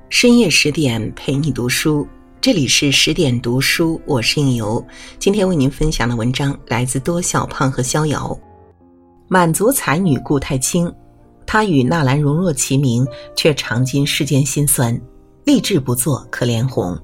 深夜10点陪你读书，这里是10点读书，我是应由。今天为您分享的文章来自多小胖和逍遥。满族才女顾太清，她与纳兰容若齐名，却尝尽世间辛酸，立志不做可怜红。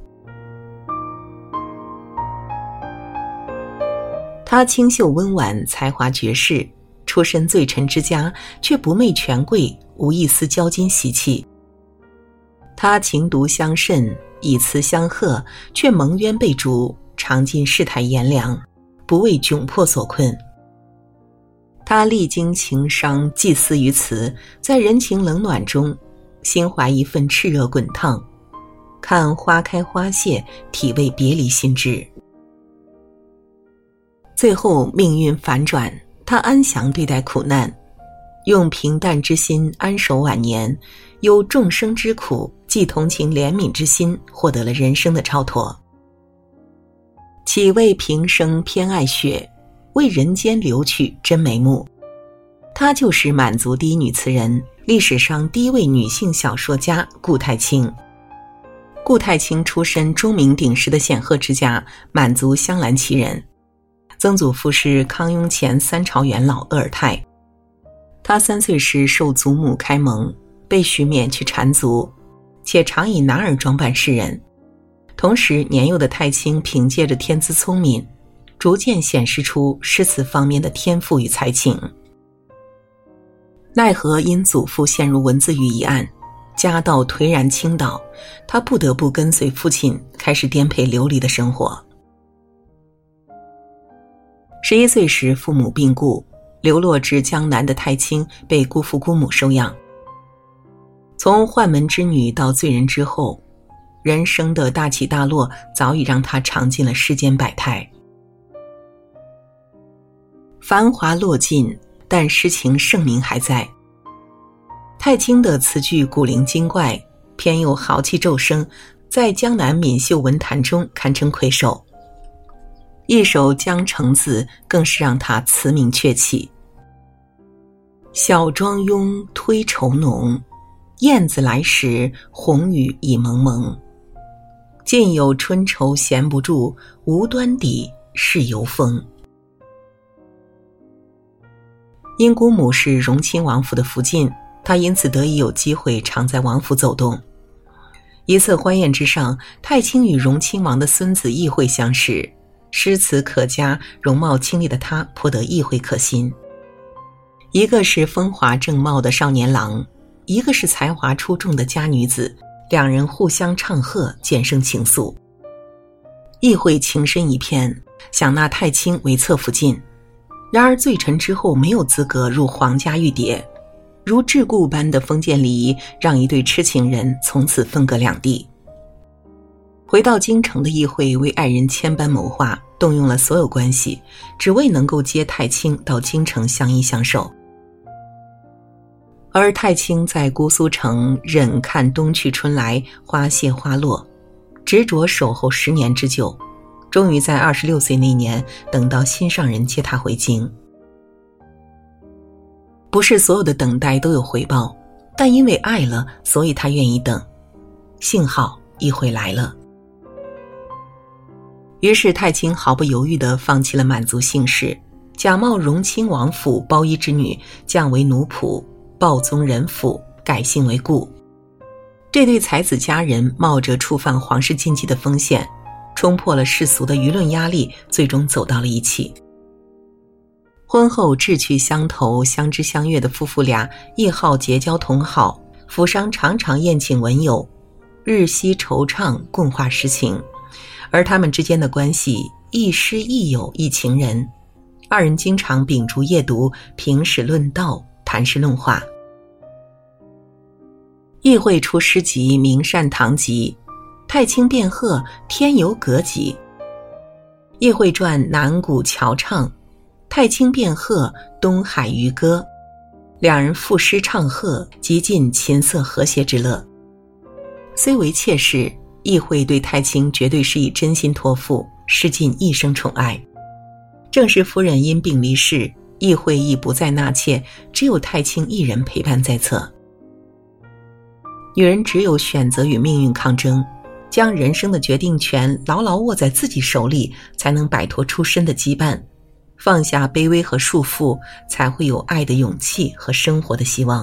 她清秀温婉，才华绝世，出身罪臣之家，却不媚权贵，无一丝骄矜习气。他情毒相甚，以词相和，却蒙冤被逐，尝尽世态炎凉，不为窘迫所困。他历经情伤，寄思于此，在人情冷暖中，心怀一份炽热滚烫，看花开花谢，体味别离心志。最后命运反转，他安详对待苦难，用平淡之心安守晚年，有众生之苦，既同情怜悯之心，获得了人生的超脱。岂为平生偏爱雪，为人间留取真眉目。她就是满族第一女词人，历史上第一位女性小说家顾太清。顾太清出身钟鸣鼎食的显赫之家，满族镶蓝旗人，曾祖父是康雍乾3朝元老鄂尔泰。他3岁时受祖母开蒙，被许免去缠足，且常以男儿装扮示人。同时年幼的太清凭借着天资聪明，逐渐显示出诗词方面的天赋与才情。奈何因祖父陷入文字狱一案，家道颓然倾倒，他不得不跟随父亲开始颠沛流离的生活。11岁时父母病故，流落至江南的太清被姑父姑母收养。从宦门之女到罪人之后，人生的大起大落早已让她尝尽了世间百态。繁华落尽，但诗情盛名还在。太清的词句古灵精怪，偏又豪气骤生，在江南闽秀文坛中堪称魁首。一首《江城子》更是让他词名鹊起。小庄慵推愁浓，燕子来时红雨已蒙蒙。尽有春愁闲不住，无端底是游风。因姑母是荣亲王府的福晋，他因此得以有机会常在王府走动。一次欢宴之上，太清与荣亲王的孙子议会相识，诗词可嘉，容貌清丽的他颇得意会可心。一个是风华正茂的少年郎，一个是才华出众的佳女子，两人互相唱和，渐生情愫。议会情深一片，想纳太清为侧福晋，然而罪臣之后没有资格入皇家御蝶，如桎梏般的封建礼仪让一对痴情人从此分隔两地。回到京城的议会为爱人千般谋划，动用了所有关系，只为能够接太清到京城相依相守。而太清在姑苏城忍看冬去春来，花谢花落，执着守候10年之久，终于在26岁那年等到心上人接她回京。不是所有的等待都有回报，但因为爱了，所以她愿意等。幸好议会来了。于是太清毫不犹豫地放弃了满族姓氏，假冒荣亲王府包衣之女，降为奴仆，报宗人府，改姓为顾。这对才子佳人冒着触犯皇室禁忌的风险，冲破了世俗的舆论压力，最终走到了一起。婚后志趣相投，相知相悦的夫妇俩亦好结交同好，府上常常宴请文友，日夕惆怅，共话诗情。而他们之间的关系亦师亦友亦情人，二人经常秉烛夜读，评史论道，谈诗论画。议会出诗集《明善堂集》，太清辩鹤，天游阁集。议会传南鼓乔唱，太清辩鹤，东海渔歌。两人赋诗唱和，极尽琴瑟和谐之乐。虽为妾室，议会对太清绝对是以真心托付，施尽一生宠爱。正是夫人因病离世，议会亦不再纳妾，只有太清一人陪伴在侧。 女人只有选择与命运抗争，将人生的决定权牢牢握在自己手里，才能摆脱出身的羁绊，放下卑微和束缚，才会有爱的勇气和生活的希望。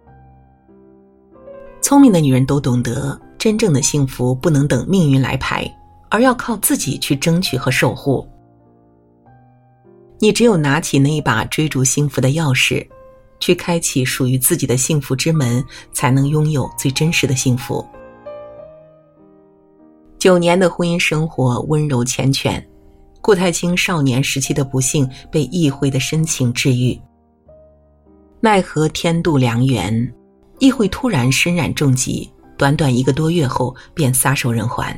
聪明的女人都懂得，真正的幸福不能等命运来排，而要靠自己去争取和守护。你只有拿起那一把追逐幸福的钥匙，去开启属于自己的幸福之门，才能拥有最真实的幸福。9年的婚姻生活温柔缱绻，顾太清少年时期的不幸被意会的深情治愈。奈何天妒良缘，意会突然身染重疾，短短1个多月后便撒手人寰。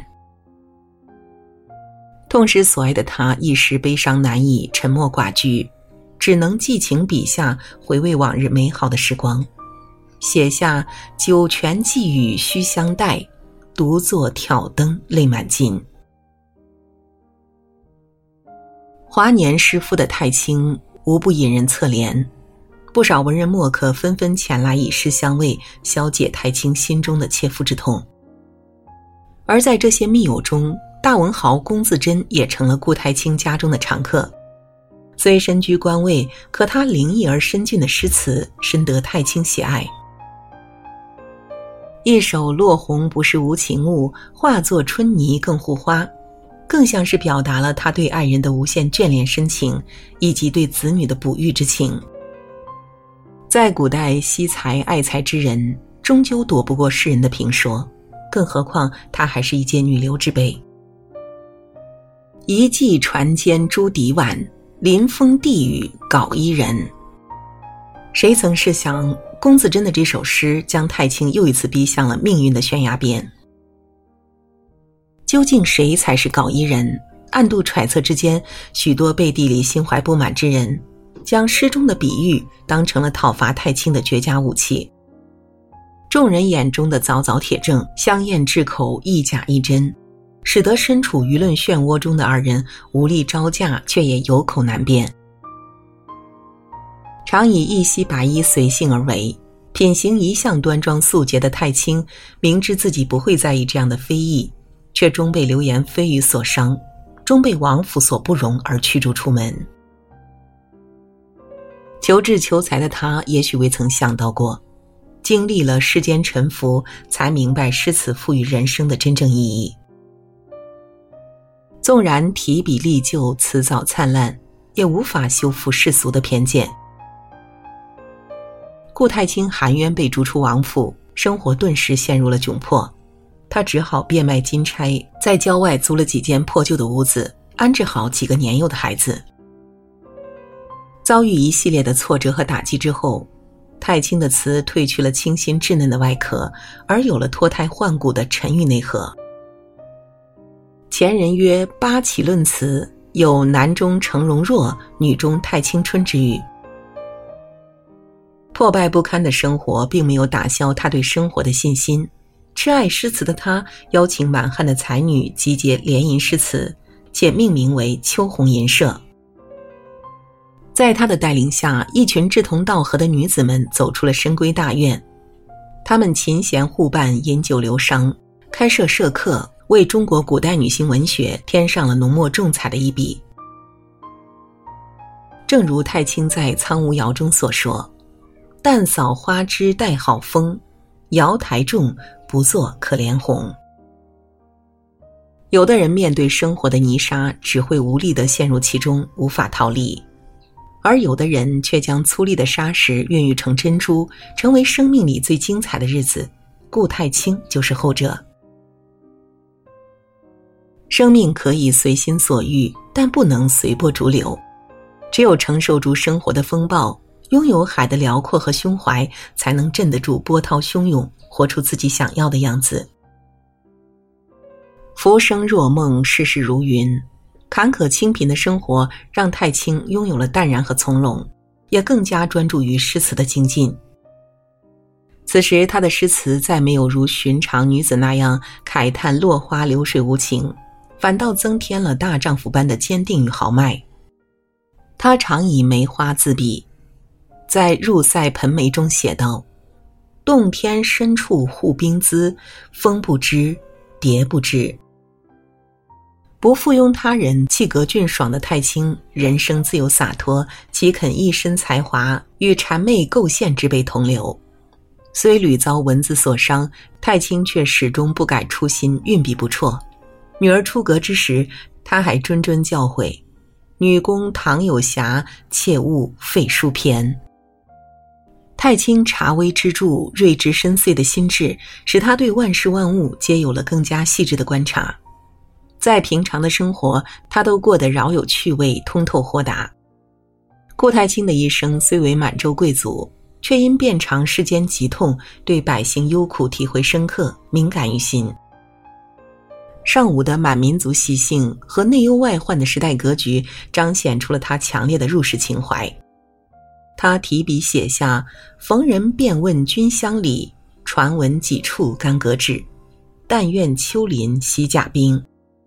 痛失所爱的他一时悲伤难抑，沉默寡居，只能寄情笔下回味往日美好的时光，写下酒泉寄语须相待，独坐挑灯泪满襟。华年诗赋的太清无不引人侧怜，不少文人墨客纷纷前来以诗相慰，消解太清心中的切肤之痛。而在这些密友中，大文豪龚自珍也成了顾太清家中的常客。虽身居官位，可他灵异而深峻的诗词深得太清喜爱。一首落红不是无情物，化作春泥更护花，更像是表达了他对爱人的无限眷恋深情，以及对子女的哺育之情。在古代，惜才爱才之人终究躲不过世人的评说，更何况她还是一介女流之辈。一骑船间朱笛晚，临风地雨镐衣人。谁曾试想，龚自珍的这首诗将太清又一次逼向了命运的悬崖边。究竟谁才是镐衣人？暗度揣测之间，许多背地里心怀不满之人将诗中的比喻当成了讨伐太清的绝佳武器。众人眼中的凿凿铁证，香艳至口，一假一真，使得身处舆论漩涡中的二人无力招架，却也有口难辩。常以一袭白衣随性而为，品行一向端庄素洁的太清，明知自己不会在意这样的非议，却终被流言蜚语所伤，终被王府所不容而驱逐出门。求智求才的他也许未曾想到过，经历了世间沉浮，才明白诗词赋予人生的真正意义。纵然提笔历就，辞藻灿烂，也无法修复世俗的偏见。顾太清含冤被逐出王府，生活顿时陷入了窘迫，他只好变卖金钗，在郊外租了几间破旧的屋子，安置好几个年幼的孩子。遭遇一系列的挫折和打击之后，太清的词褪去了清新稚嫩的外壳，而有了脱胎换骨的沉郁内核。前人曰八起论词，有男中程容若，女中太清春之语。破败不堪的生活并没有打消他对生活的信心，痴爱诗词的他邀请满汉的才女集结联吟诗词，且命名为秋红吟社。在他的带领下，一群志同道合的女子们走出了深闺大院，她们琴弦互伴，饮酒流觞，开设社课，为中国古代女性文学添上了浓墨重彩的一笔。正如太清在《苍梧谣》中所说，淡扫花枝带好风，瑶台重，不作可怜红。有的人面对生活的泥沙，只会无力地陷入其中，无法逃离，而有的人却将粗粝的沙石孕育成珍珠，成为生命里最精彩的日子。顾太清就是后者。生命可以随心所欲，但不能随波逐流。只有承受住生活的风暴，拥有海的辽阔和胸怀，才能镇得住波涛汹涌，活出自己想要的样子。浮生若梦，世事如云，坎坷清贫的生活让太清拥有了淡然和从容，也更加专注于诗词的精进。此时他的诗词再没有如寻常女子那样慨叹落花流水无情，反倒增添了大丈夫般的坚定与豪迈。他常以梅花自比，在入塞盆梅中写道： 洞天深处护兵资，风不知，蝶不知。不附庸他人，气格俊爽的太清，人生自由洒脱，岂肯一身才华与谄媚构陷之辈同流？虽屡遭文字所伤，太清却始终不改初心，运笔不辍。女儿出阁之时，他还谆谆教诲：女工倘有瑕，切勿废书篇。太清察微知著、睿智深邃的心智，使他对万事万物皆有了更加细致的观察。在平常的生活，他都过得饶有趣味，通透豁达。顾太清的一生虽为满洲贵族，却因遍尝世间疾痛，对百姓忧苦体会深刻，敏感于心。尚武的满民族习性和内忧外患的时代格局，彰显出了他强烈的入世情怀。他提笔写下逢人便问君乡里，传闻几处干戈至，但愿丘陵西甲兵。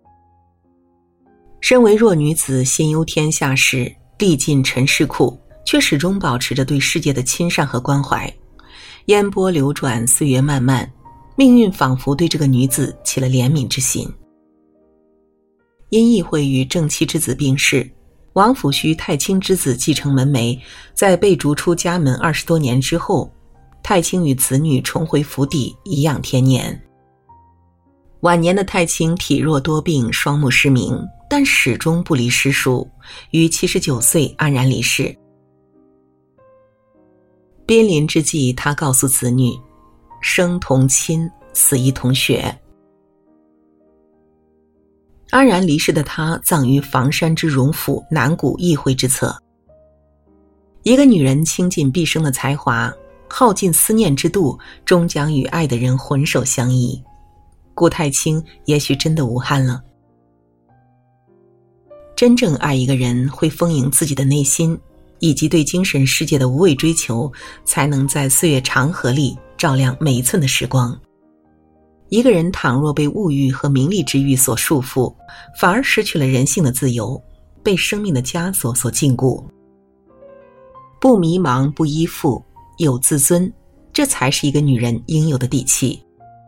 身为弱女子，心忧天下事，历尽尘世苦，却始终保持着对世界的亲善和关怀。烟波流转，岁月漫漫，命运仿佛对这个女子起了怜悯之心。因议会与正妻之子病逝，王府需太清之子继承门楣，在被逐出家门20多年之后，太清与子女重回府邸，颐养天年。晚年的太清体弱多病，双目失明，但始终不离诗书，于79岁安然离世。濒临之际，他告诉子女：生同亲，死亦同血。安然离世的他葬于房山之荣府南谷议会之侧。一个女人倾尽毕生的才华，耗尽思念之度，终将与爱的人浑手相依。顾太清也许真的无憾了。真正爱一个人，会丰盈自己的内心，以及对精神世界的无畏追求，才能在岁月长河里照亮每一寸的时光。一个人倘若被物欲和名利之欲所束缚，反而失去了人性的自由，被生命的枷锁所禁锢。不迷茫，不依附，有自尊，这才是一个女人应有的底气。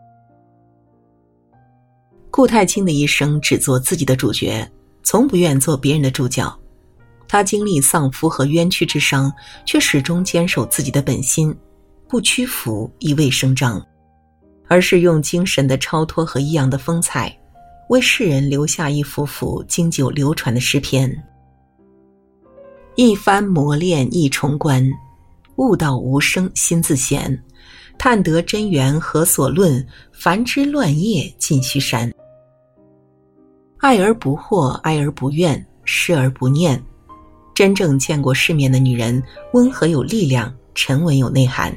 顾太清的一生只做自己的主角，从不愿做别人的主角。她经历丧夫和冤屈之伤，却始终坚守自己的本心，不屈服，一味声张，而是用精神的超脱和异样的风采，为世人留下一幅幅经久流传的诗篇。一番磨练一重关，悟道无声心自闲，探得真源何所论，凡之乱叶尽须删。爱而不惑，哀而不怨，失而不念。真正见过世面的女人，温和有力量，沉稳有内涵。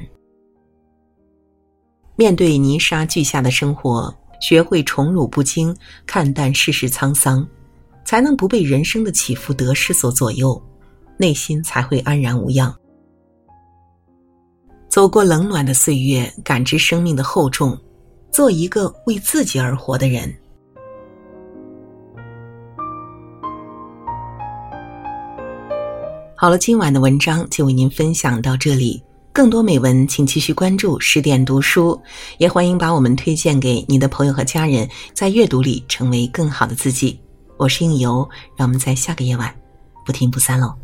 面对泥沙俱下的生活，学会宠辱不惊，看淡世事沧桑，才能不被人生的起伏得失所左右，内心才会安然无恙。走过冷暖的岁月，感知生命的厚重，做一个为自己而活的人。好了，今晚的文章就为您分享到这里。更多美文请继续关注10点读书，也欢迎把我们推荐给你的朋友和家人，在阅读里成为更好的自己。我是应由，让我们在下个夜晚不听不散喽。